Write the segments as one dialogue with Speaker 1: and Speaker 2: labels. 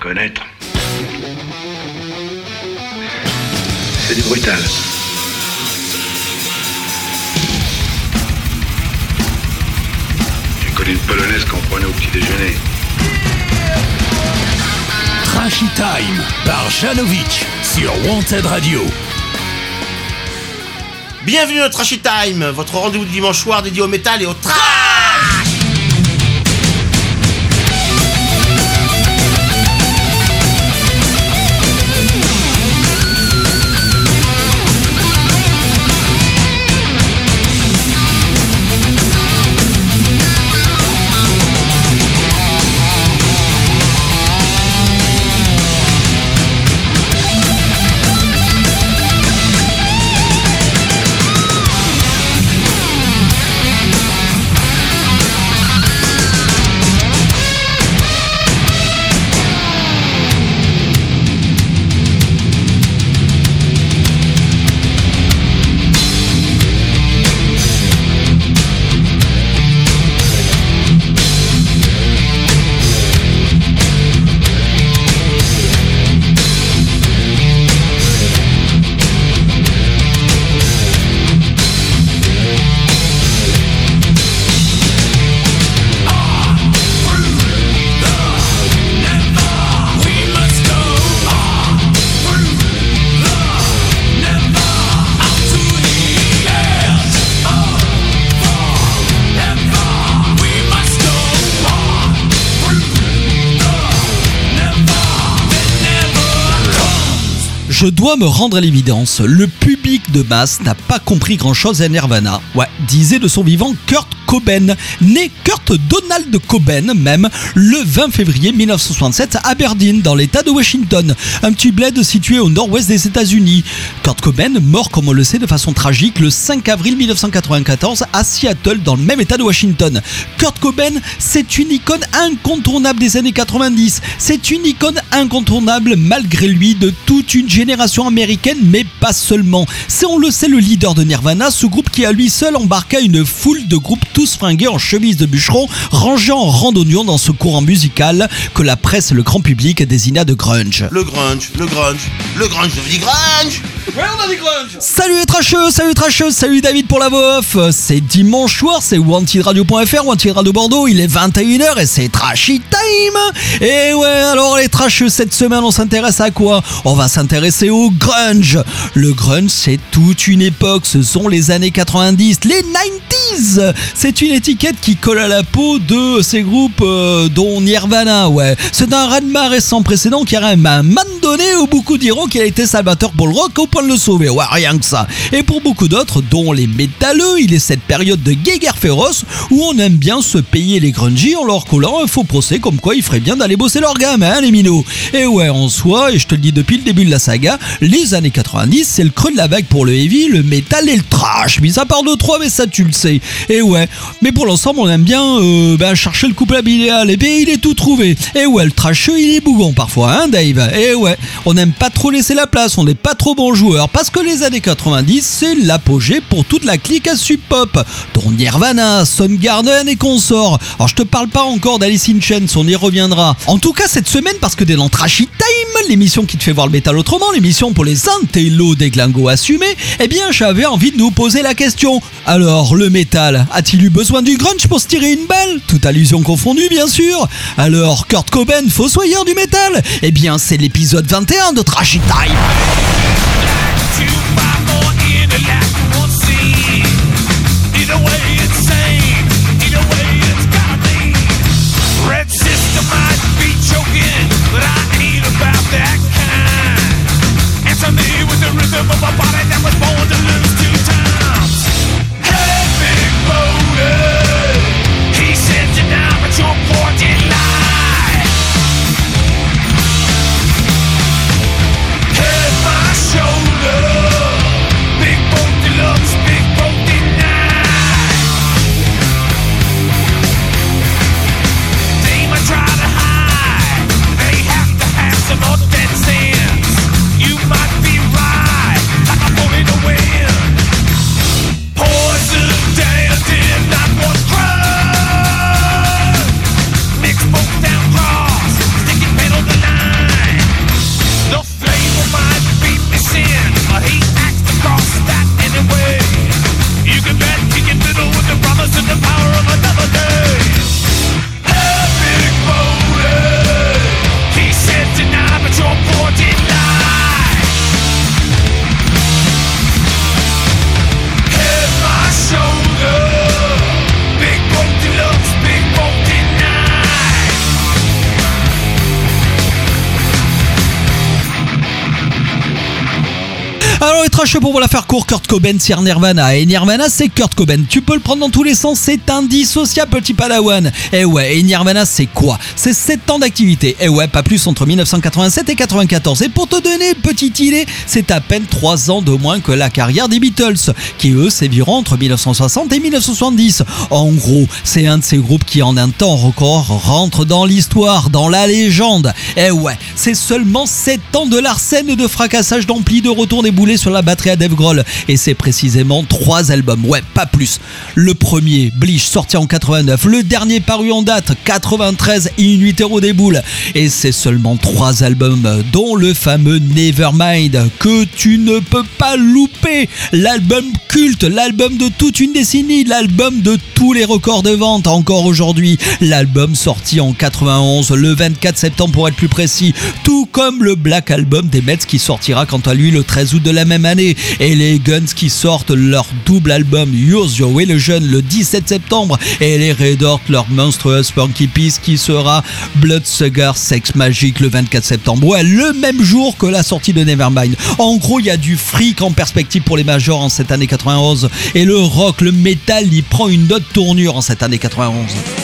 Speaker 1: reconnaître. C'est du brutal. J'ai connu une polonaise qu'on prenait au petit déjeuner.
Speaker 2: Trashy Time par Janovic sur Wanted Radio.
Speaker 3: Bienvenue dans Trashy Time, votre rendez-vous du dimanche soir dédié au métal et au trash.
Speaker 4: Je dois me rendre à l'évidence, le public de masse n'a pas compris grand-chose à Nirvana. Ouais, disait de son vivant Kurt Cobain, né Kurt Donald Cobain même, le 20 février 1967 à Aberdeen, dans l'état de Washington, un petit bled situé au nord-ouest des États-Unis. Kurt Cobain, mort comme on le sait de façon tragique le 5 avril 1994 à Seattle, dans le même état de Washington. Kurt Cobain, c'est une icône incontournable des années 90, c'est une icône incontournable malgré lui de toute une génération américaine, mais pas seulement. C'est, on le sait, le leader de Nirvana, ce groupe qui à lui seul embarqua une foule de groupes tous fringués en chemise de bûcheron, rangés en rang d'oignons dans ce courant musical que la presse et le grand public désigna de grunge.
Speaker 3: Le grunge, je vous dis grunge. Ouais, on a dit grunge.
Speaker 4: Salut les trasheux, salut David pour la voix off. C'est dimanche soir, c'est wantedradio.fr, Wanted Radio Bordeaux, il est 21h et c'est Trashy Time. Et ouais, alors les trasheux, cette semaine on s'intéresse à quoi? On va s'intéresser au grunge. Le grunge, c'est toute une époque, ce sont les années 90, les 90s. C'est une étiquette qui colle à la peau de ces groupes dont Nirvana, ouais. C'est un raz-de-marée sans précédent qui a un moment donné où beaucoup diront qu'il a été salvateur pour le rock au point de le sauver, ouais, rien que ça. Et pour beaucoup d'autres, dont les métalleux, il est cette période de guéguerre féroce où on aime bien se payer les grungies en leur collant un faux procès comme quoi il ferait bien d'aller bosser leur gamme, hein, les minots. Et ouais, en soi, et je te le dis depuis le début de la saga, les années 90, c'est le creux de la vague pour le heavy, le métal et le trash, mis à part 2-3, mais ça tu le sais. Et ouais, mais pour l'ensemble, on aime bien chercher le couple idéal, et bien il est tout trouvé. Et ouais, le trasheux, il est bougon parfois, hein Dave. Et ouais, on n'aime pas trop laisser la place, on n'est pas trop bon joueur, parce que les années 90, c'est l'apogée pour toute la clique à sub-pop, dont Nirvana, Soundgarden et consorts. Alors je te parle pas encore d'Alice in Chains, on y reviendra. En tout cas cette semaine, parce que dès dans Trashy Time, l'émission qui te fait voir le métal autrement, l'émission pour les intellos des glingos assumés, eh bien j'avais envie de nous poser la question. Alors le métal a-t-il eu besoin du grunge pour se tirer une balle? Toute allusion confondue bien sûr. Alors Kurt Cobain, fossoyeur du métal? Eh bien c'est l'épisode 21 de Trashy Time.
Speaker 5: Show
Speaker 4: Alors les trasheux, pour vous la faire court, Kurt Cobain c'est Nirvana, et Nirvana c'est Kurt Cobain. Tu peux le prendre dans tous les sens, c'est indissociable, petit padawan. Et ouais, et Nirvana c'est quoi? C'est 7 ans d'activité, et ouais, pas plus, entre 1987 et 94. Et pour te donner une petite idée, c'est à peine 3 ans de moins que la carrière des Beatles, qui eux séviront entre 1960 et 1970. En gros, c'est un de ces groupes qui en un temps record rentre dans l'histoire, dans la légende. Et ouais, c'est seulement 7 ans de l'arsène et de fracassage d'ampli, de retour des boulets sur la batterie à Dave Grohl. Et c'est précisément 3 albums, ouais, pas plus. Le premier, Bleach, sorti en 89. Le dernier paru en date, 93, In Utero des boules. Et c'est seulement 3 albums, dont le fameux Nevermind, que tu ne peux pas louper. L'album culte, l'album de toute une décennie, l'album de tous les records de vente encore aujourd'hui. L'album sorti en 91, le 24 septembre pour être plus précis. Tout comme le Black Album des Mets qui sortira quant à lui le 13 août de la même année. Et les Guns qui sortent leur double album Use Your Illusion le 17 septembre. Et les Red Hot leur Monstrous Funky Peace qui sera Bloodsugar Sex Magic le 24 septembre. Ouais, le même jour que la sortie de Nevermind. En gros, il y a du fric en perspective pour les majors en cette année 91. Et le rock, le métal, il prend une autre tournure en cette année 91.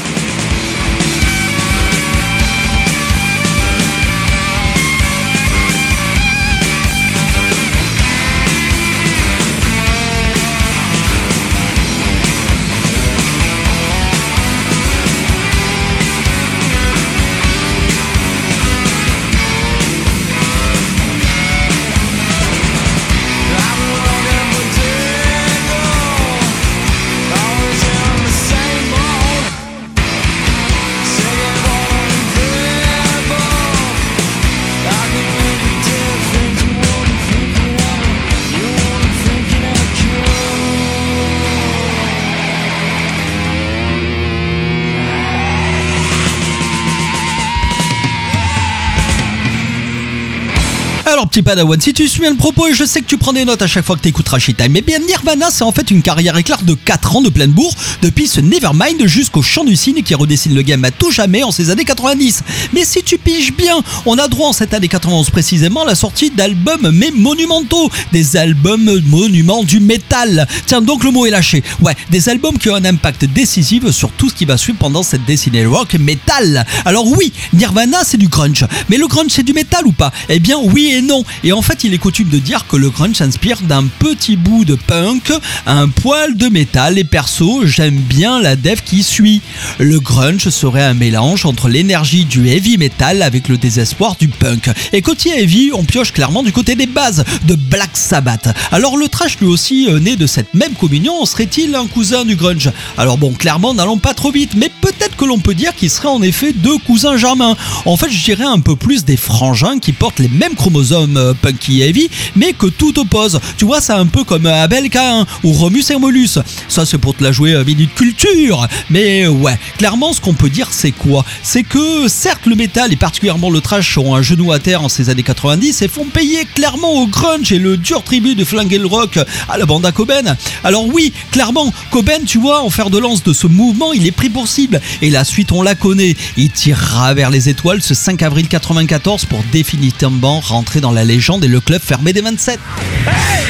Speaker 4: Alors petit padawan, si tu suis bien le propos, et je sais que tu prends des notes à chaque fois que tu écoutes Trashy Time, eh bien Nirvana c'est en fait une carrière éclair de 4 ans de pleine bourre, depuis ce Nevermind jusqu'au chant du cygne qui redessine le game à tout jamais en ces années 90. Mais si tu piges bien, on a droit en cette année 91 précisément à la sortie d'albums mais monumentaux, des albums monuments du métal. Tiens, donc le mot est lâché. Ouais, des albums qui ont un impact décisif sur tout ce qui va suivre pendant cette décennie rock métal. Alors oui, Nirvana c'est du grunge, mais le grunge c'est du métal ou pas? Eh bien oui et non. Et en fait, il est coutume de dire que le grunge s'inspire d'un petit bout de punk, un poil de métal, et perso, j'aime bien la dev qui suit. Le grunge serait un mélange entre l'énergie du heavy metal avec le désespoir du punk. Et côté heavy, on pioche clairement du côté des bases de Black Sabbath. Alors le thrash lui aussi, né de cette même communion, serait-il un cousin du grunge? Alors bon, clairement, n'allons pas trop vite, mais peut-être que l'on peut dire qu'il serait en effet 2 cousins germains. En fait, je dirais un peu plus des frangins qui portent les mêmes chromosomes punky heavy, mais que tout oppose. Tu vois, c'est un peu comme Abel Cain ou Romus et Romulus. Ça, c'est pour te la jouer minute culture. Mais ouais, clairement, ce qu'on peut dire, c'est quoi? C'est que certes, le métal et particulièrement le thrash ont un genou à terre en ces années 90 et font payer clairement au grunge et le dur tribut de flinguer le rock à la bande à Cobain. Alors oui, clairement, Cobain, tu vois, en fer de lance de ce mouvement, il est pris pour cible. Et la suite, on la connaît. Il tirera vers les étoiles ce 5 avril 94 pour définitivement rentrer dans la légende et le club fermé des 27. Hey!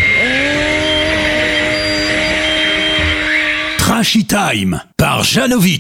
Speaker 2: Trashy Time par Janovic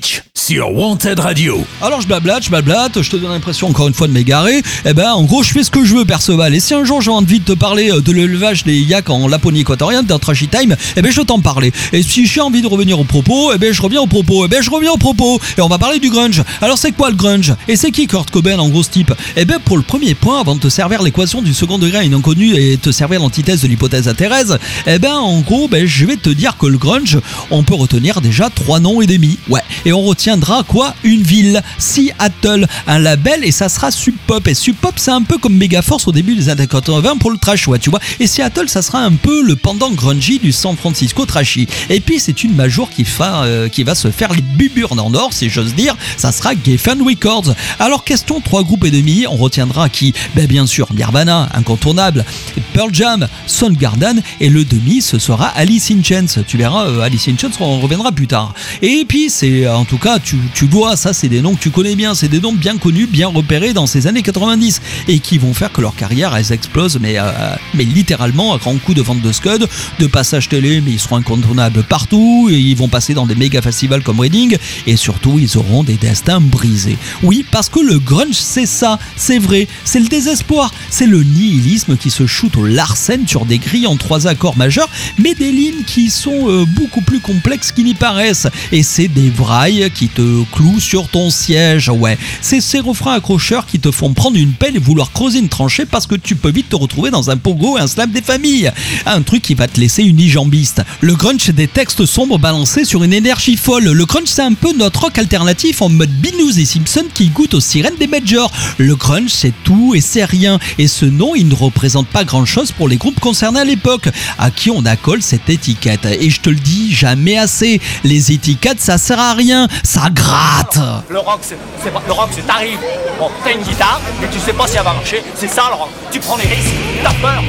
Speaker 2: sur Wanted Radio.
Speaker 4: Alors je blablate, je te donne l'impression encore une fois de m'égarer. En gros, je fais ce que je veux, Perceval. Et si un jour j'ai envie de te parler de l'élevage des yaks en Laponie équatoriale, d'un Trashy Time, je t'en parler. Et si j'ai envie de revenir au propos, je reviens au propos. Je reviens au propos. Et on va parler du grunge. Alors c'est quoi le grunge? Et c'est qui Kurt Cobain en gros ce type? Pour le premier point, avant de te servir l'équation du second degré à une inconnue et te servir l'antithèse de l'hypothèse à Thérèse, en gros, je vais te dire que le grunge, on peut retenir déjà 3 noms et demi. Ouais. Et on retiendra quoi? Une ville, Seattle, un label, et ça sera Sub Pop. Et Sub Pop, c'est un peu comme Megaforce au début des années 80 pour le trash, ouais, tu vois. Et Seattle, ça sera un peu le pendant grungy du San Francisco trashy. Et puis c'est une major qui va se faire les buburnes en or, si j'ose dire. Ça sera Geffen Records. Alors question 3 groupes et demi, on retiendra qui? Bien sûr Nirvana, incontournable, Pearl Jam, Soundgarden, et le demi ce sera Alice in Chains. Tu verras, Alice in Chains, on reviendra plus tard. Et puis c'est en tout cas, tu vois, ça c'est des noms que tu connais bien, c'est des noms bien connus, bien repérés dans ces années 90 et qui vont faire que leur carrière elle explose, mais littéralement à grands coups de vente de scud, de passage télé, mais ils seront incontournables partout, et ils vont passer dans des méga festivals comme Reading, et surtout ils auront des destins brisés. Oui, parce que le grunge c'est ça, c'est vrai, c'est le désespoir, c'est le nihilisme qui se shoot au Larsen sur des grilles en 3 accords majeurs, mais des lignes qui sont beaucoup plus complexes qu'il n'y paraissent, et c'est des vrailles qui te clouent sur ton siège, ouais. C'est ces refrains accrocheurs qui te font prendre une pelle et vouloir creuser une tranchée parce que tu peux vite te retrouver dans un pogo et un slam des familles. Un truc qui va te laisser unijambiste. Le grunge, c'est des textes sombres balancés sur une énergie folle. Le grunge, c'est un peu notre rock alternatif en mode Binous et Simpson qui goûte aux sirènes des majors. Le grunge, c'est tout et c'est rien. Et ce nom, il ne représente pas grand chose pour les groupes concernés à l'époque, à qui on accole cette étiquette. Et je te le dis jamais assez, les étiquettes, ça sert à rien, ça gratte.
Speaker 5: Le rock, c'est t'arrives, bon, t'as une guitare, mais tu sais pas si elle va marcher, c'est ça le rock. Tu prends les risques, t'as peur.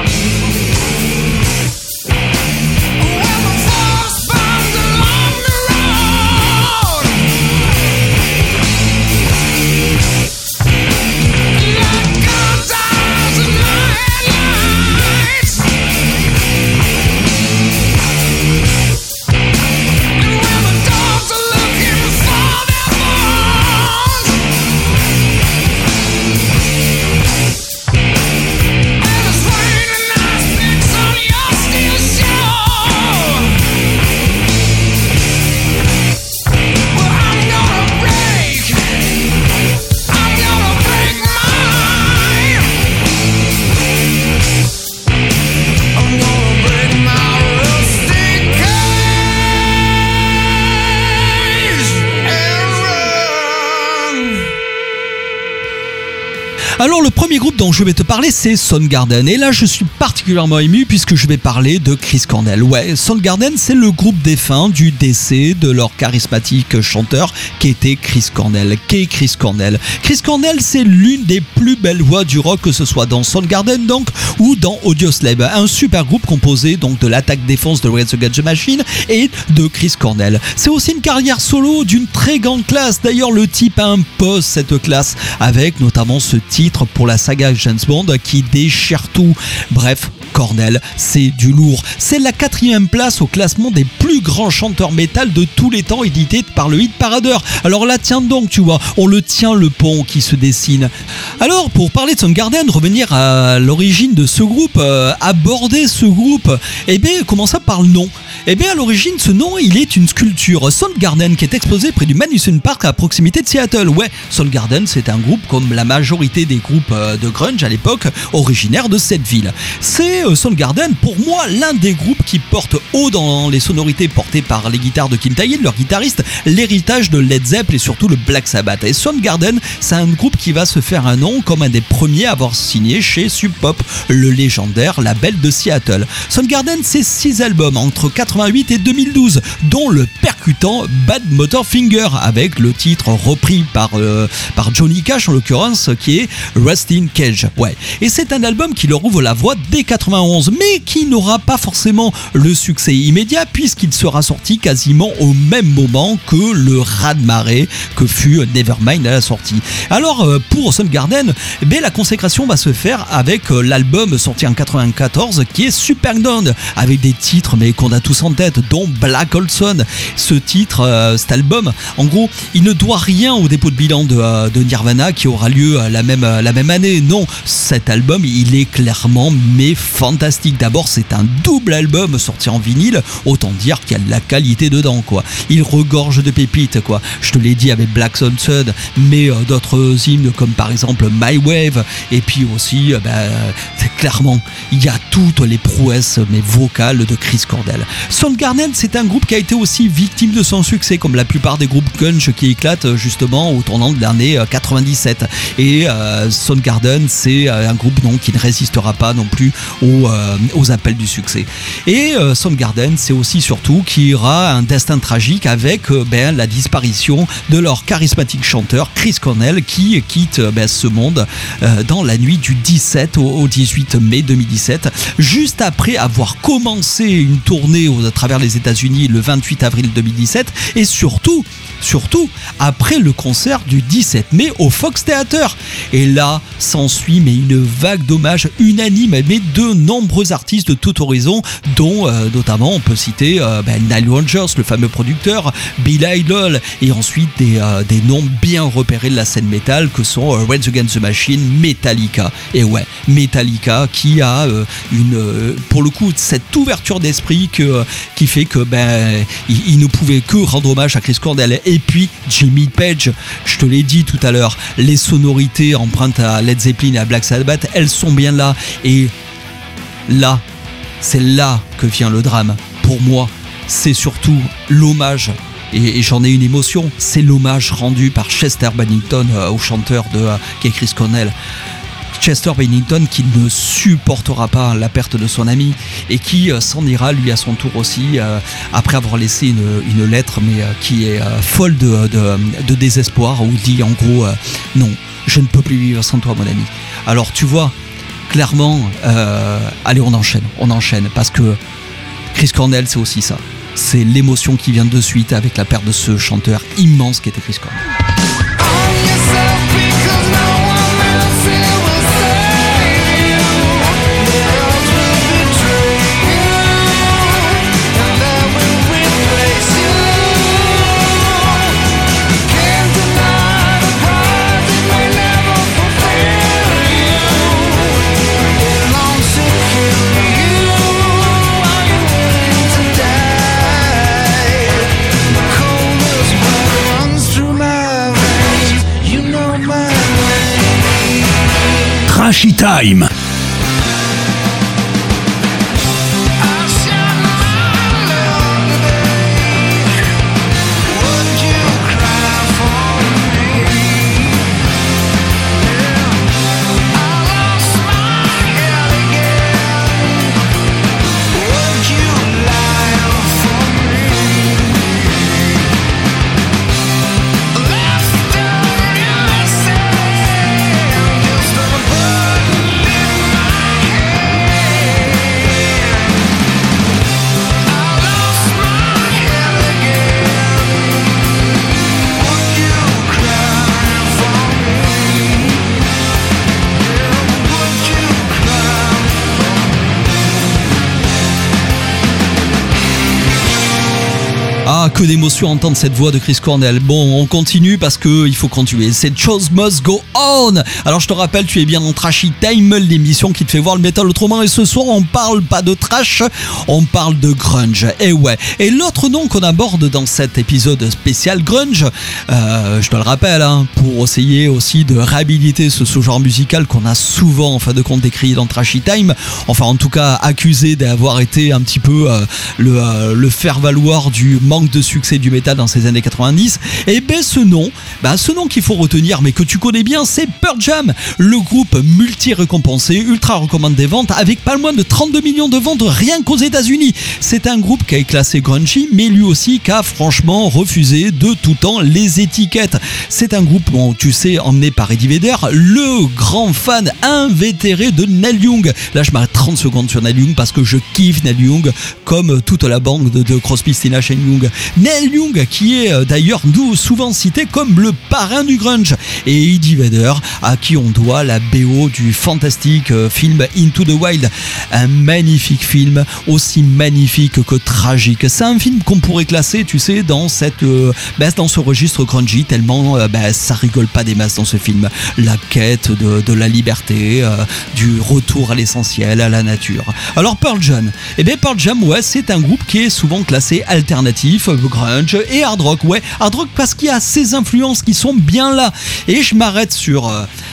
Speaker 4: Alors le premier groupe dont je vais te parler, c'est Soundgarden, et là je suis particulièrement ému puisque je vais parler de Chris Cornell. Ouais, Soundgarden, c'est le groupe défunt du décès de leur charismatique chanteur qui était Chris Cornell. Chris Cornell, c'est l'une des plus belles voix du rock, que ce soit dans Soundgarden donc ou dans Audioslave, un super groupe composé donc de l'attaque défense de Rage Against the Machine et de Chris Cornell. C'est aussi une carrière solo d'une très grande classe. D'ailleurs, le type impose cette classe avec notamment ce titre pour la saga James Bond qui déchire tout. Bref, Cornell, c'est du lourd. C'est la 4e place au classement des plus grands chanteurs métal de tous les temps, édité par le Hit Parader. Alors là, tiens donc, tu vois, on le tient le pont qui se dessine. Alors, pour parler de Soundgarden, revenir à l'origine de ce groupe, aborder ce groupe, commençons par le nom. À l'origine, ce nom, il est une sculpture, Soundgarden, qui est exposée près du Madison Park à proximité de Seattle. Ouais, Soundgarden, c'est un groupe comme la majorité des groupes de grunge à l'époque, originaires de cette ville. C'est Soundgarden, pour moi, l'un des groupes qui porte haut dans les sonorités portées par les guitares de Kintail, leur guitariste, l'héritage de Led Zeppelin et surtout le Black Sabbath. Et Soundgarden, c'est un groupe qui va se faire un nom comme un des premiers à avoir signé chez Sub Pop, le légendaire label de Seattle. Soundgarden, c'est 6 albums entre 88 et 2012, dont le percutant Bad Motor Finger, avec le titre repris par Johnny Cash en l'occurrence, qui est Rust in Cage. Ouais. Et c'est un album qui leur ouvre la voie dès 91, mais qui n'aura pas forcément le succès immédiat puisqu'il sera sorti quasiment au même moment que le raz-de-marée que fut Nevermind à la sortie. Alors pour Soundgarden, la consécration va se faire avec l'album sorti en 94 qui est Superground, avec des titres mais qu'on a tous en tête, dont Black Hole Sun. Ce titre, cet album, en gros, il ne doit rien au dépôt de bilan de Nirvana qui aura lieu la même année. Non, cet album, il est clairement mais fantastique. D'abord, c'est un double album sorti en vinyle, autant dire qu'il y a de la qualité dedans, quoi. Il regorge de pépites, quoi. Je te l'ai dit avec Black Sun, mais d'autres hymnes comme par exemple My Wave, et puis aussi, clairement, il y a toutes les prouesses mais vocales de Chris Cornell. Soundgarden, c'est un groupe qui a été aussi victime de son succès, comme la plupart des groupes grunge qui éclatent justement au tournant de l'année 97. Et Soundgarden, c'est un groupe qui ne résistera pas non plus aux appels du succès. Et Soundgarden, c'est aussi surtout qu'il y aura un destin tragique avec la disparition de leur charismatique chanteur Chris Cornell qui quitte ce monde dans la nuit du 17 au 18 mai 2017, juste après avoir commencé une tournée à travers les États-Unis le 28 avril 2017, et surtout après le concert du 17 mai au Fox Theater. Et là s'ensuit une vague d'hommages unanime de nombreux artistes de tout horizon, dont notamment on peut citer Nile Rodgers, le fameux producteur, Bill Idol, et ensuite des noms bien repérés de la scène métal que sont Rage Against the Machine, Metallica. Et ouais, Metallica qui a pour le coup cette ouverture d'esprit qui fait que il ne pouvait que rendre hommage à Chris Cornell. Et puis Jimmy Page, je te l'ai dit tout à l'heure, les sonorités empreintes à Led Zeppelin et à Black Sabbath, elles sont bien là. Et là, c'est là que vient le drame. Pour moi, c'est surtout l'hommage, et j'en ai une émotion, c'est l'hommage rendu par Chester Bennington au chanteur qui est Chris Cornell. Chester Bennington qui ne supportera pas la perte de son ami et qui s'en ira lui à son tour aussi après avoir laissé une lettre mais qui est folle de désespoir, où il dit en gros non, je ne peux plus vivre sans toi mon ami. Alors tu vois, clairement allez on enchaîne parce que Chris Cornell c'est aussi ça, c'est l'émotion qui vient de suite avec la perte de ce chanteur immense qui était Chris Cornell.
Speaker 2: Trashy Time.
Speaker 4: Ah, que d'émotion à entendre cette voix de Chris Cornell. Bon, on continue parce que il faut continuer. C'est Shows Must Go On. Alors je te rappelle, tu es bien dans Trashy Time, l'émission qui te fait voir le métal autrement. Et ce soir, on parle pas de trash, on parle de grunge. Et ouais. Et l'autre nom qu'on aborde dans cet épisode spécial grunge, je te le rappelle, pour essayer aussi de réhabiliter ce genre musical qu'on a souvent, en fin de compte, décrit dans Trashy Time. Enfin, en tout cas, accusé d'avoir été un petit peu le faire-valoir du manque de succès du métal dans ces années 90. Et ce nom qu'il faut retenir, mais que tu connais bien, c'est Pearl Jam, le groupe multi-récompensé, ultra recommandé des ventes, avec pas moins de 32 millions de ventes rien qu'aux États-Unis. C'est un groupe qui est classé grungy, mais lui aussi qui a franchement refusé de tout temps les étiquettes. C'est un groupe, tu sais, emmené par Eddie Vedder, le grand fan invétéré de Neil Young. Là, je m'arrête 30 secondes sur Neil Young parce que je kiffe Neil Young comme toute la bande de Crosby, Stills & Young. Neil Young, qui est d'ailleurs souvent cité comme le parrain du grunge, et Eddie Vedder, à qui on doit la BO du fantastique film Into the Wild, un magnifique film, aussi magnifique que tragique. C'est un film qu'on pourrait classer, tu sais, dans dans ce registre grungy, tellement ça rigole pas des masses dans ce film. La quête de la liberté, du retour à l'essentiel, à la nature. Alors Pearl Jam, Pearl Jam, ouais, c'est un groupe qui est souvent classé alternatif, grunge et hard rock. Ouais, hard rock parce qu'il y a ces influences qui sont bien là. Et je m'arrête sur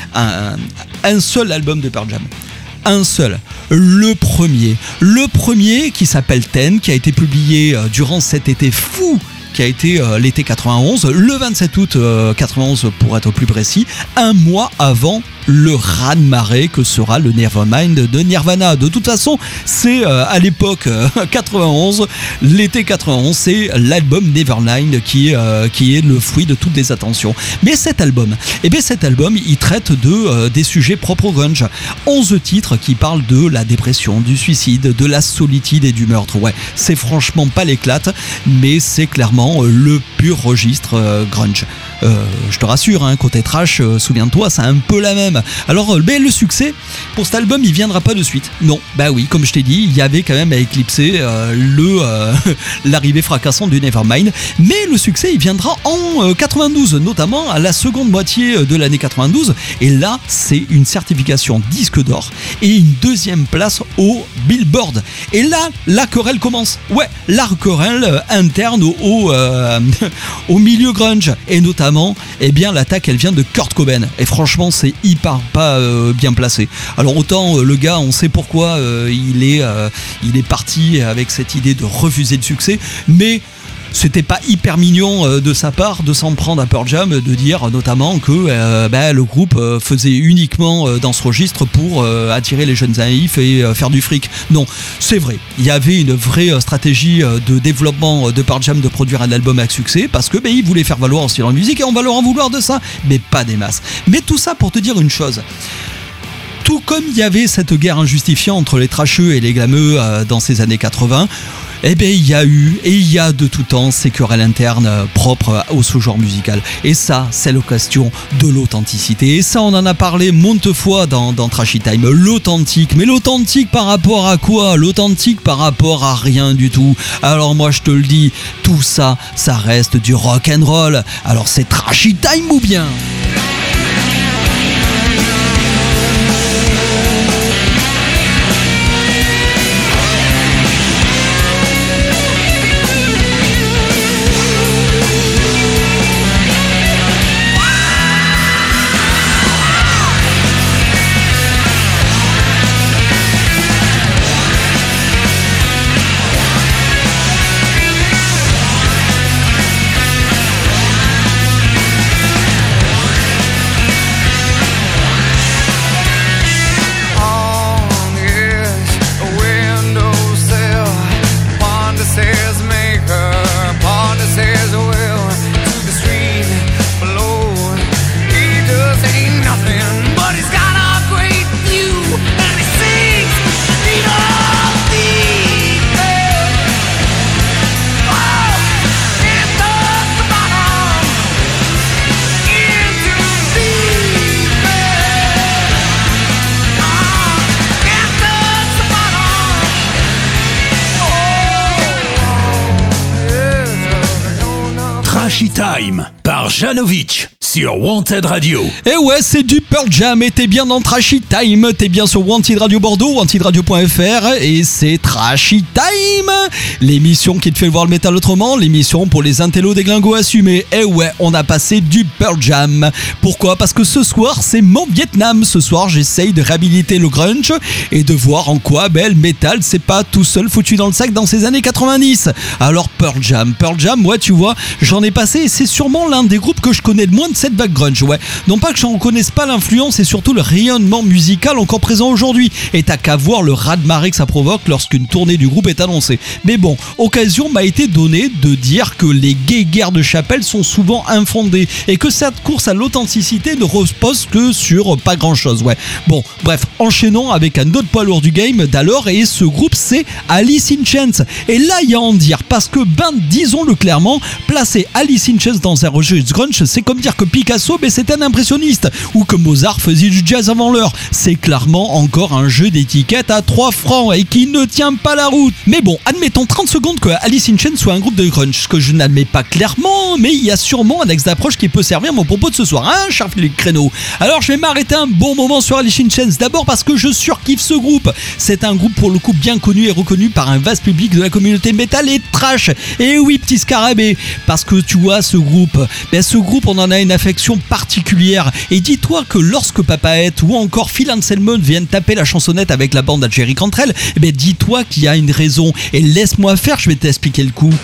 Speaker 4: un seul album de Pearl Jam. Un seul, le premier qui s'appelle Ten, qui a été publié durant cet été fou qui a été l'été 91, le 27 août 91 pour être plus précis, un mois avant le raz-de-marée que sera le Nevermind de Nirvana. De toute façon, c'est à l'époque 91, l'été 91, c'est l'album Nevermind qui est le fruit de toutes les attentions. Mais cet album, il traite des sujets propres au grunge. 11 titres qui parlent de la dépression, du suicide, de la solitude et du meurtre. Ouais, c'est franchement pas l'éclate, mais c'est clairement le pur registre grunge. Je te rassure, hein, côté trash, souviens-toi, c'est un peu la même. Alors, le succès pour cet album, il viendra pas de suite. Non, bah oui, comme je t'ai dit, il y avait quand même à éclipser l'arrivée fracassante du Nevermind. Mais le succès, il viendra en 92, notamment à la seconde moitié de l'année 92. Et là, c'est une certification disque d'or et une deuxième place au Billboard. Et là, la querelle commence. Ouais, la querelle interne au milieu grunge. Et notamment, l'attaque, elle vient de Kurt Cobain. Et franchement, c'est hyper pas bien placé. Alors autant le gars, on sait pourquoi il est parti avec cette idée de refuser le succès, mais c'était pas hyper mignon de sa part de s'en prendre à Pearl Jam, de dire notamment que le groupe faisait uniquement dans ce registre pour attirer les jeunes naïfs et faire du fric. Non, c'est vrai, il y avait une vraie stratégie de développement de Pearl Jam de produire un album avec succès, parce que ils voulaient faire valoir aussi leur musique et on va leur en vouloir de ça, mais pas des masses. Mais tout ça pour te dire une chose. Tout comme il y avait cette guerre injustifiée entre les trasheux et les glameux dans ces années 80, il y a eu et il y a de tout temps ces querelles internes propres au ce genre musical. Et ça, c'est la question de l'authenticité. Et ça, on en a parlé maintes fois dans Trashy Time. L'authentique. Mais l'authentique par rapport à quoi ? L'authentique par rapport à rien du tout. Alors moi, je te le dis, tout ça, ça reste du rock and roll. Alors c'est Trashy Time ou bien ?
Speaker 2: Trashy Time par Janovic sur Wanted Radio.
Speaker 4: Et ouais, c'est du Pearl Jam et t'es bien dans Trashy Time, t'es bien sur Wanted Radio Bordeaux, wantedradio.fr et c'est Trashy Time, l'émission qui te fait voir le métal autrement, l'émission pour les intellos déglingos assumés. Et ouais, on a passé du Pearl Jam. Pourquoi ? Parce que ce soir, c'est mon Vietnam. Ce soir, j'essaye de réhabiliter le grunge et de voir en quoi le métal, c'est pas tout seul foutu dans le sac dans ces années 90. Alors Pearl Jam, ouais, tu vois, j'en ai passé et c'est sûrement l'un des groupes que je connais de moins de cette vague grunge, ouais. Non pas que j'en connaisse pas l'influence et surtout le rayonnement musical encore présent aujourd'hui. Et t'as qu'à voir le raz-de-marée que ça provoque lorsqu'une tournée du groupe est annoncée. Mais bon, occasion m'a été donnée de dire que les guéguerres de chapelle sont souvent infondées et que cette course à l'authenticité ne repose que sur pas grand chose, ouais. Bon, bref, enchaînons avec un autre poids lourd du game d'alors et ce groupe c'est Alice in Chains. Et là il y a à en dire parce que disons-le clairement, placer Alice in Chains dans un registre grunge, c'est comme dire que Picasso c'est un impressionniste ou que Mozart faisait du jazz avant l'heure. C'est clairement encore un jeu d'étiquette à 3 francs et qui ne tient pas la route. Mais bon, admettons 30 secondes que Alice in Chains soit un groupe de grunge, ce que je n'admets pas clairement, mais il y a sûrement un axe d'approche qui peut servir mon propos de ce soir, hein, cher Philippe Créneau. Alors je vais m'arrêter un bon moment sur Alice in Chains, d'abord parce que je surkiffe ce groupe. C'est un groupe pour le coup bien connu et reconnu par un vaste public de la communauté métal et trash. Et oui, petit scarabée, parce que tu vois ce groupe, on en a une affection particulière. Et dis-toi que lorsque Papaette ou encore Phil Anselmo viennent taper la chansonnette avec la bande à Jerry Cantrell, dis-toi qu'il y a une raison. Et laisse-moi faire, je vais t'expliquer le coup.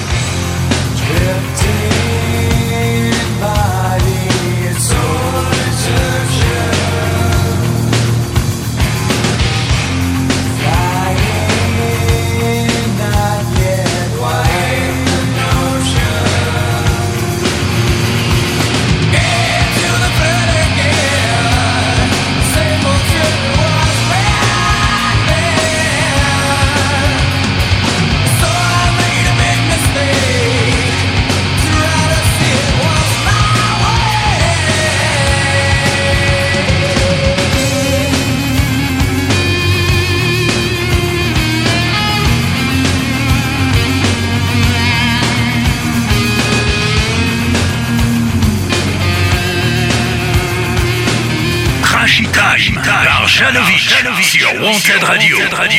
Speaker 2: Time par Janovic sur Wanted Radio.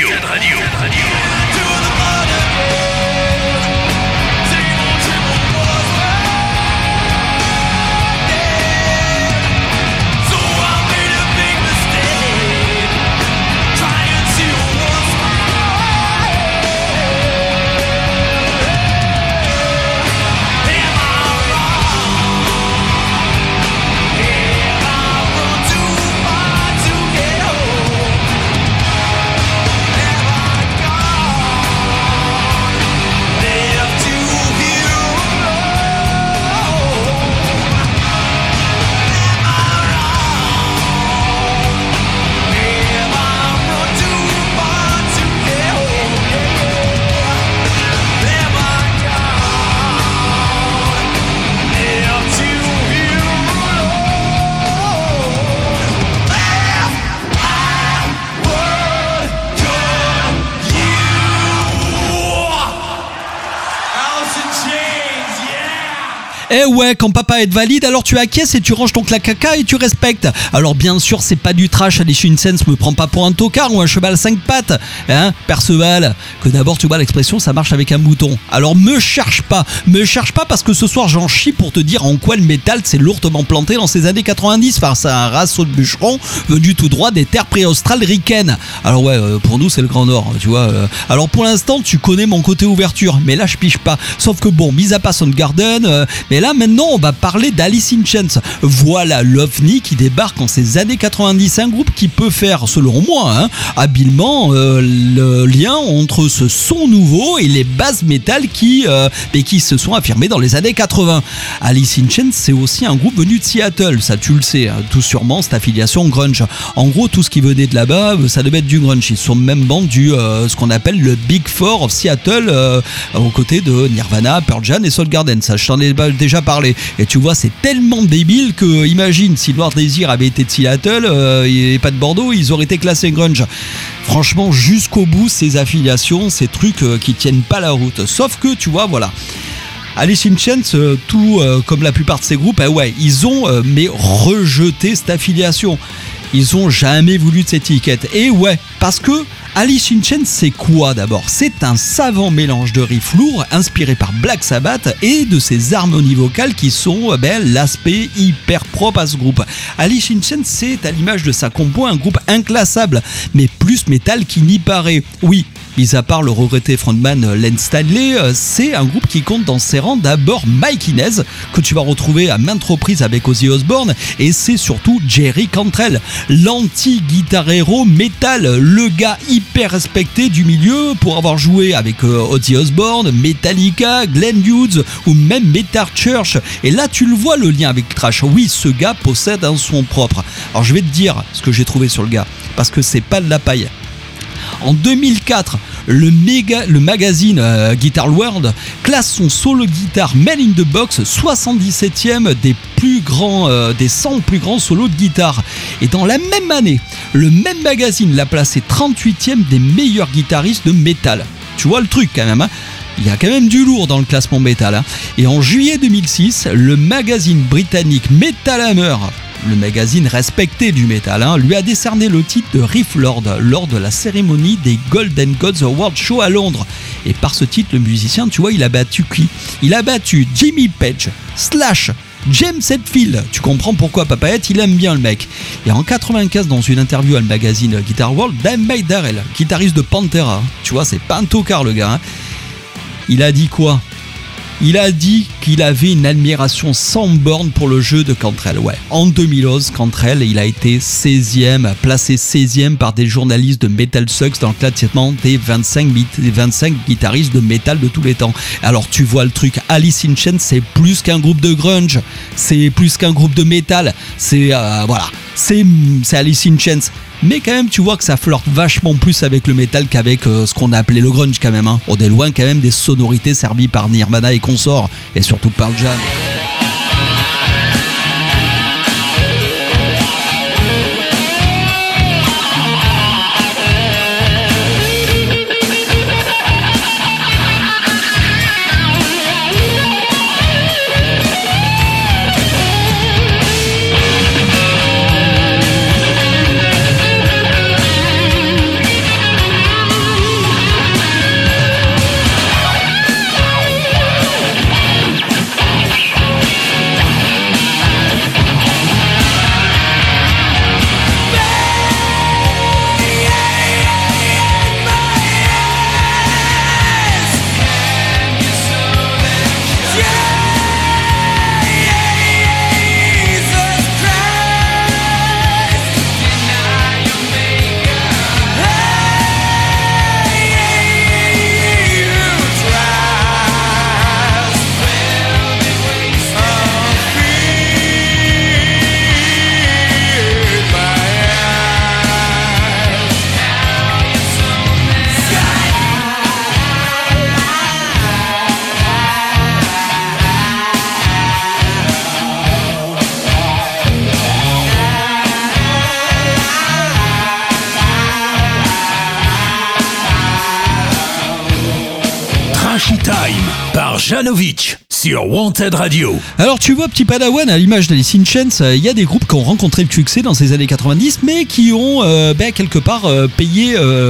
Speaker 4: Eh ouais, quand papa est valide, alors tu acquiesces et tu ranges ton clacaca et tu respectes. Alors bien sûr, c'est pas du trash, Alice in Chains me prend pas pour un tocard ou un cheval à 5 pattes. Hein, Perceval, que d'abord tu vois l'expression, ça marche avec un mouton. Alors me cherche pas parce que ce soir j'en chie pour te dire en quoi le métal s'est lourdement planté dans ces années 90 face à un raceau de bûcherons venu tout droit des terres pré-australes ricaines. Alors ouais, pour nous c'est le Grand Nord, tu vois. Alors pour l'instant tu connais mon côté ouverture, mais là je pige pas. Sauf que bon, mis à part Soundgarden, mais là maintenant on va parler d'Alice in Chains. Voilà l'OVNI qui débarque en ces années 90, un groupe qui peut faire, selon moi, habilement le lien entre ce son nouveau et les bases métal qui se sont affirmées dans les années 80. Alice in Chains, c'est aussi un groupe venu de Seattle, ça tu le sais, tout sûrement cette affiliation grunge. En gros, tout ce qui venait de là-bas, ça devait être du grunge. Ils sont même bandu ce qu'on appelle le Big Four of Seattle, aux côtés de Nirvana, Pearl Jam et Soundgarden. Ça, je t'en ai déjà parlé. Et tu vois, c'est tellement débile que, imagine, si Noir Désir avait été de Seattle et pas de Bordeaux, ils auraient été classés grunge. Franchement, jusqu'au bout, ces affiliations, ces trucs qui tiennent pas la route. Sauf que, tu vois, voilà. Alice in Chains, tout comme la plupart de ces groupes, ils ont rejeté cette affiliation. Ils ont jamais voulu de cette étiquette. Et ouais, parce que Alice in Chains, c'est quoi d'abord ? C'est un savant mélange de riffs lourds inspirés par Black Sabbath et de ses harmonies vocales qui sont l'aspect hyper propre à ce groupe. Alice in Chains, c'est à l'image de sa compo un groupe inclassable, mais plus métal qu'il n'y paraît. Oui, mis à part le regretté frontman Len Stanley, c'est un groupe qui compte dans ses rangs d'abord Mike Inez, que tu vas retrouver à maintes reprises avec Ozzy Osbourne, et c'est surtout Jerry Cantrell, l'anti-guitarero metal, le gars hyper respecté du milieu pour avoir joué avec Ozzy Osbourne, Metallica, Glenn Hughes ou même Metal Church. Et là tu le vois, le lien avec Trash. Oui, ce gars possède un son propre. Alors je vais te dire ce que j'ai trouvé sur le gars, parce que c'est pas de la paille. En 2004, le magazine Guitar World classe son solo guitare Man in the Box 77e des 100 plus grands solos de guitare. Et dans la même année, le même magazine l'a placé 38e des meilleurs guitaristes de métal. Tu vois le truc quand même, hein. Il y a quand même du lourd dans le classement métal, hein. Et en juillet 2006, le magazine britannique Metal Hammer, le magazine respecté du métal, hein, lui a décerné le titre de Riff Lord lors de la cérémonie des Golden Gods Award Show à Londres. Et par ce titre, le musicien, tu vois, il a battu qui ? Il a battu Jimmy Page, Slash, James Hetfield. Tu comprends pourquoi Papayette, il aime bien le mec. Et en 95, dans une interview à le magazine Guitar World, Dave Darrell, guitariste de Pantera, tu vois, c'est pas un tocard le gars, hein. Il a dit quoi ? Il a dit qu'il avait une admiration sans borne pour le jeu de Cantrell. Ouais, en 2011, Cantrell, il a été 16e, placé 16e par des journalistes de Metal Sucks dans le classement des 25 guitaristes de métal de tous les temps. Alors tu vois le truc, Alice in Chains, c'est plus qu'un groupe de grunge, c'est plus qu'un groupe de métal, c'est Alice in Chains. Mais quand même, tu vois que ça flirte vachement plus avec le métal qu'avec ce qu'on a appelé le grunge quand même, hein. On est loin quand même des sonorités servies par Nirvana et consorts, et surtout Pearl Jam.
Speaker 2: Time par Janovic sur Wanted Radio.
Speaker 4: Alors tu vois, petit padawan, à l'image d'Alice in Chains, il y a des groupes qui ont rencontré le succès dans ces années 90, mais qui ont quelque part payé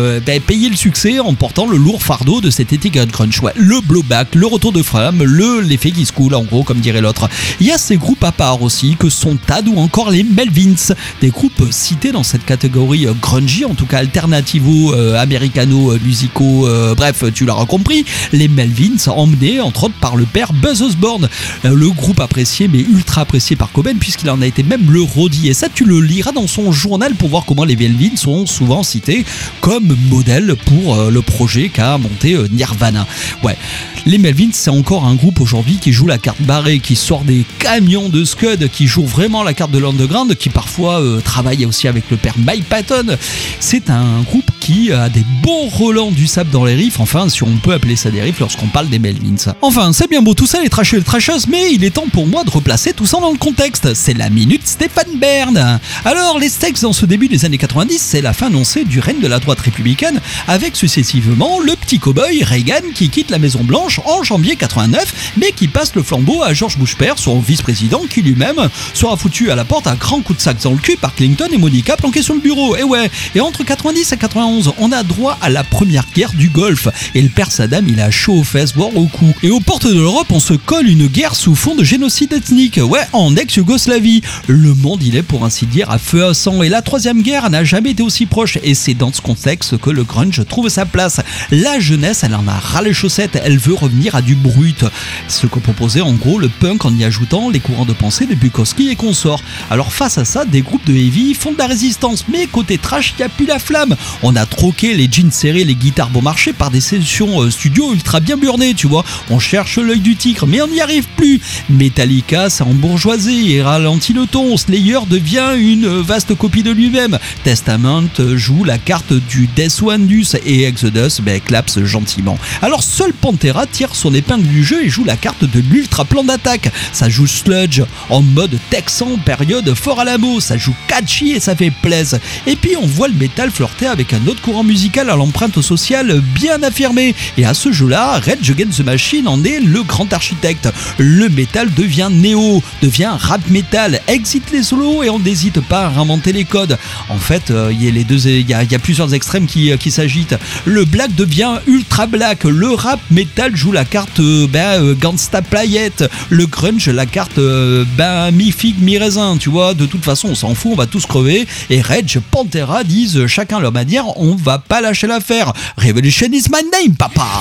Speaker 4: le succès en portant le lourd fardeau de cette étiquette grunge. Ouais, le blowback, le retour de flamme, l'effet qui se coule en gros, comme dirait l'autre. Il y a ces groupes à part aussi, que sont Tad ou encore les Melvins, des groupes cités dans cette catégorie grungy, en tout cas alternativo, americano, musicaux, bref, tu l'auras compris, les Melvins emmenés entre autres par le père Buzz Osborne, le groupe apprécié mais ultra apprécié par Cobain puisqu'il en a été même le roadie, et ça tu le liras dans son journal pour voir comment les Melvins sont souvent cités comme modèle pour le projet qu'a monté Nirvana. Ouais, les Melvins c'est encore un groupe aujourd'hui qui joue la carte barrée, qui sort des camions de scud, qui joue vraiment la carte de l'underground, qui parfois travaille aussi avec le père Mike Patton. C'est un groupe qui a des bons relents du sable dans les riffs, enfin si on peut appeler ça des riffs lorsqu'on parle des Melvins. Enfin, c'est bien beau tout ça les trasheux et les trasheuses, mais il est temps pour moi de replacer tout ça dans le contexte. C'est la minute Stéphane Bern. Alors les States dans ce début des années 90, c'est la fin annoncée du règne de la droite républicaine, avec successivement le petit cow-boy Reagan qui quitte la Maison Blanche en janvier 89, mais qui passe le flambeau à George Bush père, son vice-président, qui lui-même sera foutu à la porte à grands coups de sac dans le cul par Clinton et Monica planqués sur le bureau. Et ouais, et entre 90 et 91, on a droit à la première guerre du Golfe, et le père Saddam il a chaud aux fesses, voire au cou. Et aux portes de l'Europe, on se se colle une guerre sous fond de génocide ethnique, en ex-Yougoslavie. Le monde, il est pour ainsi dire à feu à sang, et la troisième guerre n'a jamais été aussi proche, et c'est dans ce contexte que le grunge trouve sa place. La jeunesse, elle en a ras les chaussettes, elle veut revenir à du brut. Ce que proposait en gros le punk en y ajoutant les courants de pensée de Bukowski et consorts. Alors face à ça, des groupes de heavy font de la résistance, mais côté trash, il n'y a plus la flamme. On a troqué les jeans serrés, les guitares bon marché par des sessions studio ultra bien burnées, tu vois. On cherche l'œil du tigre, mais on n'y arrive plus. Metallica, ça embourgeoisé et ralentit le ton. Slayer devient une vaste copie de lui-même. Testament joue la carte du Death Wandus et Exodus clapse gentiment. Alors seul Pantera tire son épingle du jeu et joue la carte de l'ultra plan d'attaque. Ça joue sludge en mode texan, période fort à la mot. Ça joue catchy et ça fait plaisir. Et puis on voit le métal flirter avec un autre courant musical à l'empreinte sociale bien affirmée. Et à ce jeu-là, Rage Against the Machine en est le grand architecte. Le métal devient néo, devient rap métal, exit les solos et on n'hésite pas à réinventer les codes. En fait, il y a plusieurs extrêmes qui s'agitent. Le black devient ultra black, le rap métal joue la carte Gangsta Playette, le grunge la carte mi-figue mi-raisin, tu vois. De toute façon, on s'en fout, on va tous crever. Et Rage, Pantera disent chacun leur manière, on va pas lâcher l'affaire. Revolution is my name, papa.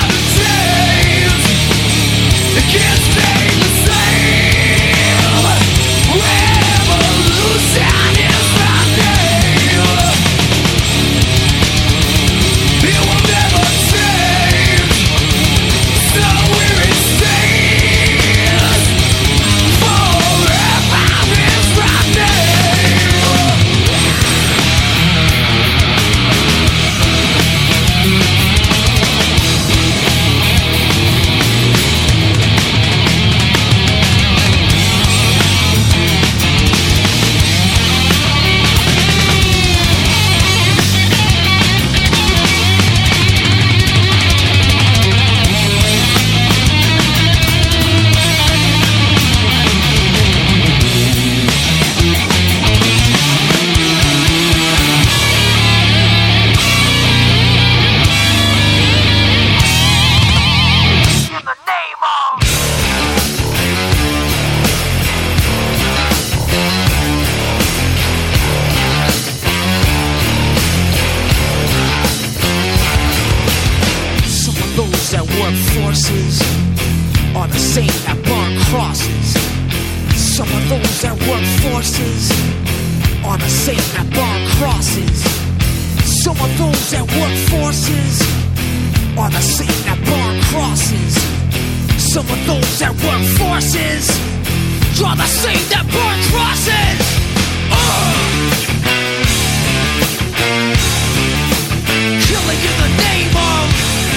Speaker 6: forces are the same that burn crosses. Some of those that work forces are the same that burn crosses. Some of those that work forces are the same that burn crosses. Some of those that work forces are the same that burn crosses. Killing in the name of.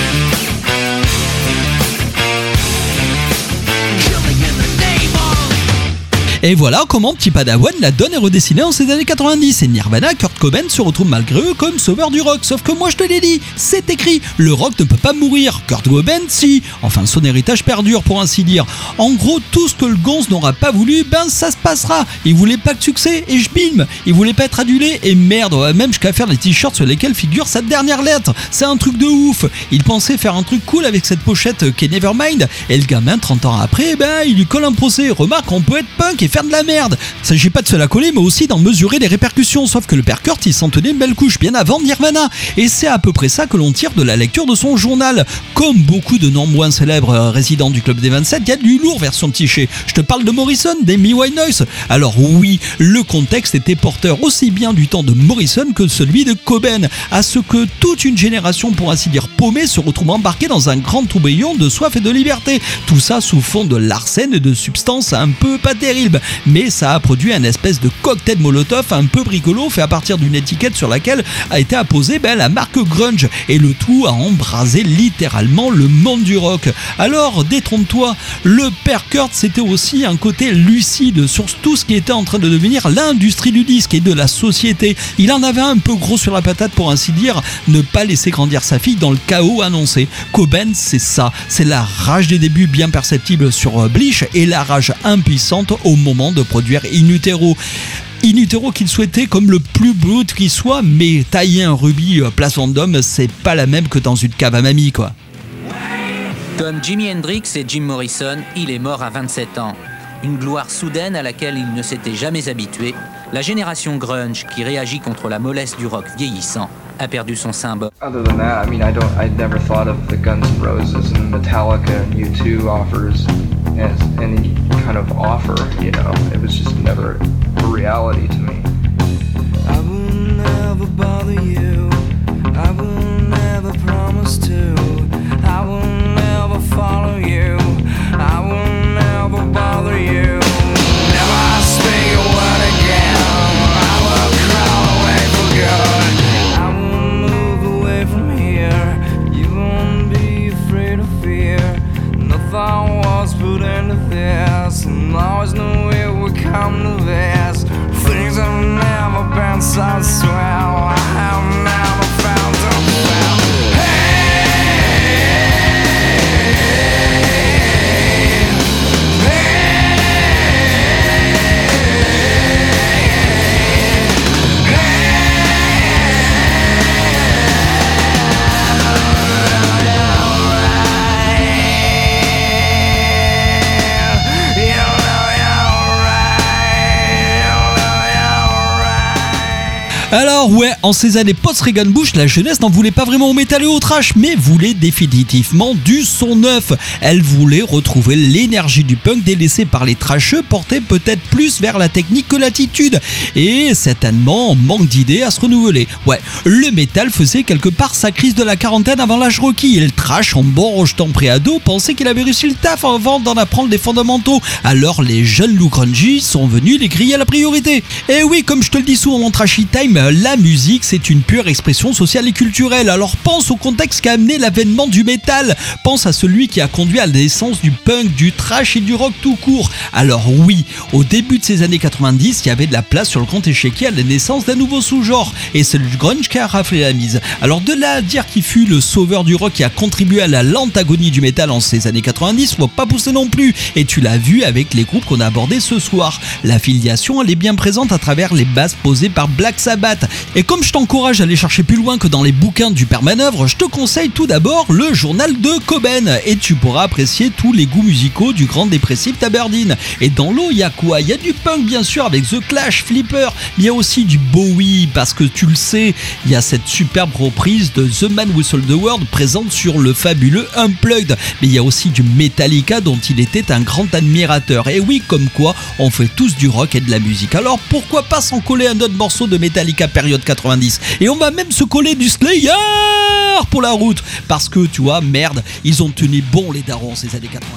Speaker 6: Killing in the name of.
Speaker 4: Et voilà comment Petit Padawan, la donne est redessinée en ces années 90. Et Nirvana, Kurt Cobain se retrouve malgré eux comme sauveur du rock. Sauf que moi je te l'ai dit, c'est écrit, le rock ne peut pas mourir. Kurt Cobain, si. Enfin, son héritage perdure pour ainsi dire. En gros, tout ce que le gonze n'aura pas voulu, ben ça se passera. Il voulait pas de succès et bim. Il voulait pas être adulé et merde, on va même jusqu'à faire des t-shirts sur lesquels figure sa dernière lettre. C'est un truc de ouf. Il pensait faire un truc cool avec cette pochette qu'est Nevermind. Et le gamin, 30 ans après, ben il lui colle un procès. Remarque, on peut être punk et faire de la merde. S'agit pas de se la coller, mais aussi d'en mesurer les répercussions. Sauf que le père Kurt, il s'en tenait une belle couche bien avant Nirvana. Et c'est à peu près ça que l'on tire de la lecture de son journal. Comme beaucoup de non moins célèbres résidents du Club des 27, il y a du lourd version Tiché. Je te parle de Morrison, d'Amy Winehouse. Alors oui, le contexte était porteur aussi bien du temps de Morrison que celui de Cobain, à ce que toute une génération, pour ainsi dire paumée, se retrouve embarquée dans un grand tourbillon de soif et de liberté. Tout ça sous fond de l'arsène et de substances un peu pas terribles. Mais ça a produit un espèce de cocktail Molotov un peu bricolo fait à partir d'une étiquette sur laquelle a été apposée la marque grunge. Et le tout a embrasé littéralement le monde du rock. Alors détrompe-toi, le père Kurt c'était aussi un côté lucide sur tout ce qui était en train de devenir l'industrie du disque et de la société. Il en avait un peu gros sur la patate pour ainsi dire, ne pas laisser grandir sa fille dans le chaos annoncé. Cobain c'est ça, c'est la rage des débuts bien perceptible sur Bleach et la rage impuissante au moment de produire In Utero. In Utero qu'il souhaitait comme le plus brut qu'il soit, mais tailler un rubis place Vendôme, c'est pas la même que dans une cave à mamie quoi.
Speaker 7: Comme Jimi Hendrix et Jim Morrison, il est mort à 27 ans. Une gloire soudaine à laquelle il ne s'était jamais habitué. La génération grunge, qui réagit contre la mollesse du rock vieillissant, a perdu son symbole.
Speaker 8: Other than that, I never thought of the Guns N' Roses and Metallica and U2 offers as any kind of offer, you know. It was just never a reality to me.
Speaker 6: I will never bother you. I will never promise to. I will never follow you. I will never bother you. Never speak a word again. I will crawl away for good. I will move away from here. You won't be afraid of fear. Nothing was put into this, and always knew it would come to this. Things have never been so swell. I have never found a well.
Speaker 4: Alors ouais, en ces années post-Reagan Bush, la jeunesse n'en voulait pas vraiment au métal et au trash, mais voulait définitivement du son neuf. Elle voulait retrouver l'énergie du punk délaissée par les trasheux, portée peut-être plus vers la technique que l'attitude, et certainement en manque d'idées à se renouveler. Ouais, le métal faisait quelque part sa crise de la quarantaine avant l'âge Rocky, et le trash, en bon rejetant préado, pensait qu'il avait réussi le taf avant d'en apprendre les fondamentaux. Alors les jeunes loups grungy sont venus les griller à la priorité. Et oui, comme je te le dis souvent en Trashy Time, la musique c'est une pure expression sociale et culturelle. Alors pense au contexte qu'a amené l'avènement du métal, pense à celui qui a conduit à la naissance du punk, du trash et du rock tout court. Alors oui, au début de ces années 90, il y avait de la place sur le compte échiquier à la naissance d'un nouveau sous-genre, et c'est le grunge qui a raflé la mise. Alors de là à dire qu'il fut le sauveur du rock qui a contribué à la lente agonie du métal en ces années 90, faut pas pousser non plus, et tu l'as vu avec les groupes qu'on a abordés ce soir. La filiation elle est bien présente à travers les bases posées par Black Sabbath. Et comme je t'encourage à aller chercher plus loin que dans les bouquins du Père Manœuvre, je te conseille tout d'abord le journal de Cobain, et tu pourras apprécier tous les goûts musicaux du grand dépressif d'Aberdeen. Et dans l'eau, il y a quoi ? Il y a du punk bien sûr avec The Clash, Flipper, mais il y a aussi du Bowie, parce que tu le sais, il y a cette superbe reprise de The Man Who Sold the World présente sur le fabuleux Unplugged, mais il y a aussi du Metallica dont il était un grand admirateur. Et oui, comme quoi, on fait tous du rock et de la musique. Alors pourquoi pas s'en coller un autre morceau de Metallica période 90, et on va même se coller du Slayer pour la route, parce que tu vois, merde, ils ont tenu bon les darons ces années 90.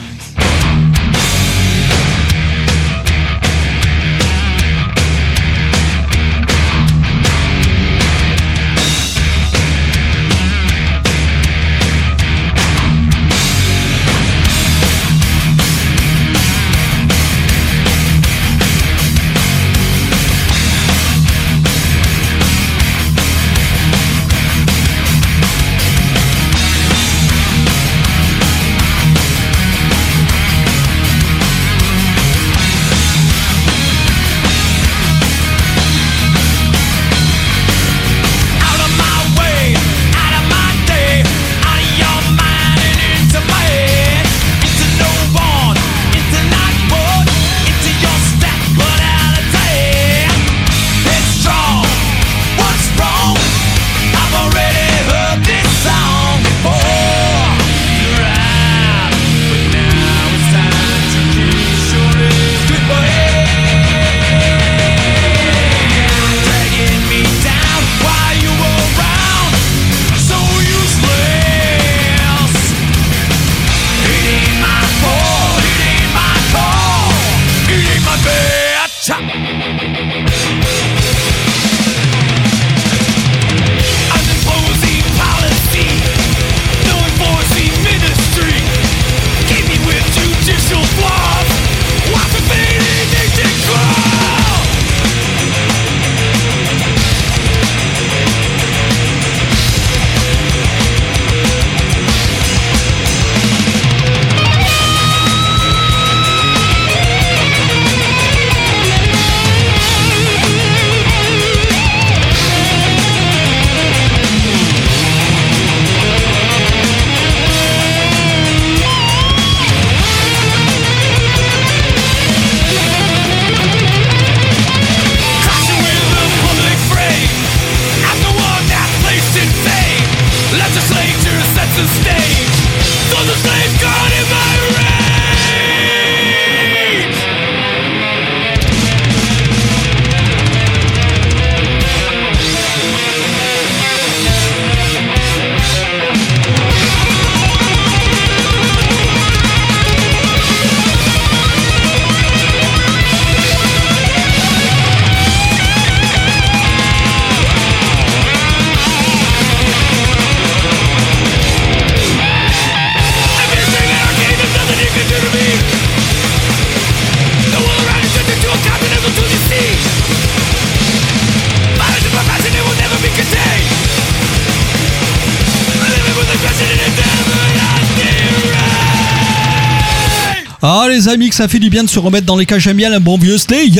Speaker 4: Ah les amis, que ça fait du bien de se remettre dans les cages. J'aime bien un bon vieux Slayer.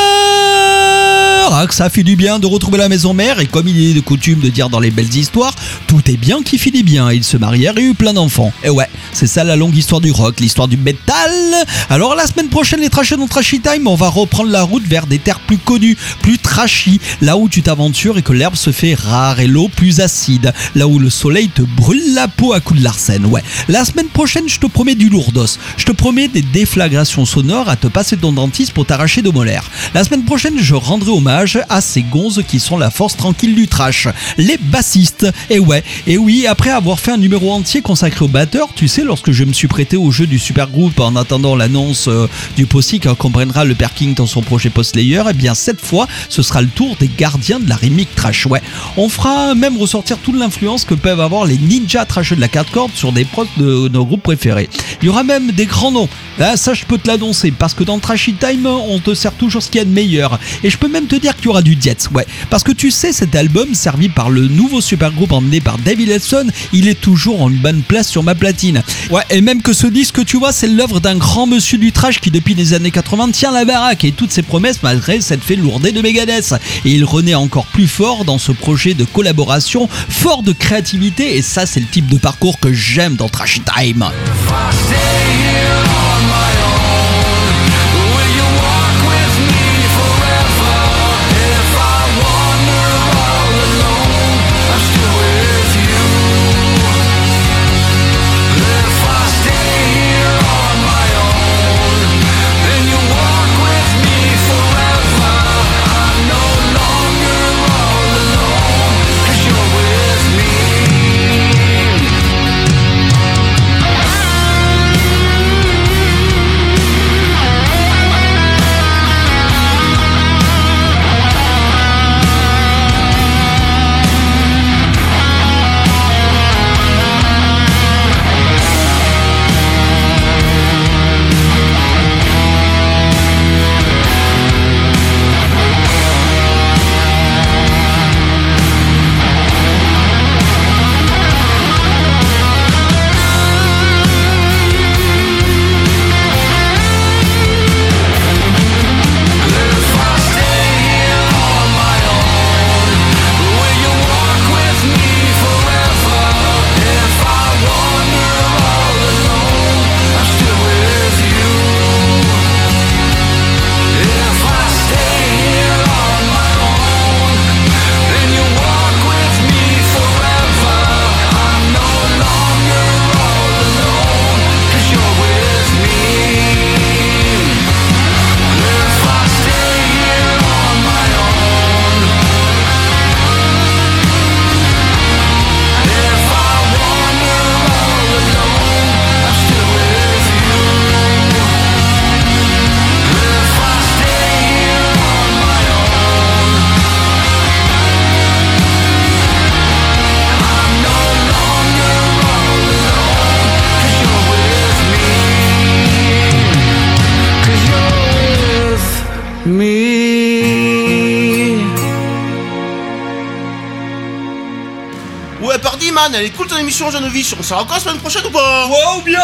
Speaker 4: Ah, que ça fait du bien de retrouver la maison mère. Et comme il est de coutume de dire dans les belles histoires, tout est bien qui finit bien. Ils se marièrent et eu plein d'enfants. Et ouais, c'est ça la longue histoire du rock, l'histoire du métal. Alors la semaine prochaine, les trashers dans Trashy Time, on va reprendre la route vers des terres plus connues, plus trashy, là où tu t'aventures et que l'herbe se fait rare et l'eau plus acide, là où le soleil te brûle la peau à coups de l'arsène. Ouais, la semaine prochaine, je te promets du lourdos. Je te promets des déflagrations sonores à te passer ton dentiste pour t'arracher de molaires. La semaine prochaine, je rendrai hommage à ces gonzes qui sont la force tranquille du trash, les bassistes. Et ouais, et oui, après avoir fait un numéro entier consacré aux batteurs, tu sais, lorsque je me suis prêté au jeu du supergroupe en attendant l'annonce du Possi qui comprendra le Perking dans son projet post-Slayer, et bien cette fois, ce sera le tour des gardiens de la remix trash. Ouais, on fera même ressortir toute l'influence que peuvent avoir les ninjas trasheux de la 4 cordes sur des prods de nos groupes préférés. Il y aura même des grands noms. Là, ça, je peux te l'annoncer, parce que dans Trashy Time, on te sert toujours ce qu'il y a de meilleur. Et je peux même te dire qu'il y aura du Dietz, ouais. Parce que tu sais, cet album, servi par le nouveau supergroupe emmené par David Ellefson, il est toujours en une bonne place sur ma platine. Ouais, et même que ce disque, tu vois, c'est l'œuvre d'un grand monsieur du trash qui, depuis les années 80, tient la baraque et toutes ses promesses malgré cette fée lourdée de Megadeth. Et il renaît encore plus fort dans ce projet de collaboration, fort de créativité, et ça, c'est le type de parcours que j'aime dans Trashy Time.
Speaker 3: Elle est cool ton émission, Janovic. On sera encore la semaine prochaine ou pas?
Speaker 4: Wow, bien,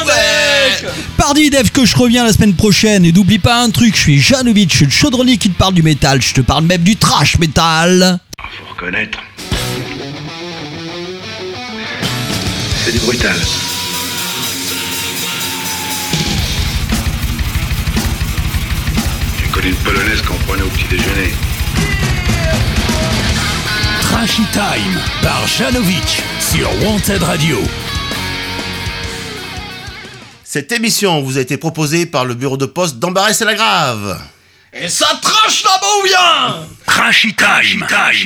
Speaker 4: mec. Pardi Dev, que je reviens la semaine prochaine. Et n'oublie pas un truc, je suis Janovic, je suis le chaudronnier qui te parle du métal. Je te parle même du trash métal.
Speaker 1: Faut reconnaître. C'est du brutal. J'ai connu une polonaise qu'on prenait au petit déjeuner.
Speaker 2: Trashy Time par Janovic sur Wanted Radio.
Speaker 3: Cette émission vous a été proposée par le bureau de poste d'Embarras et la Grave.
Speaker 4: Et ça trash là-bas ou bien?
Speaker 2: Trashy Time.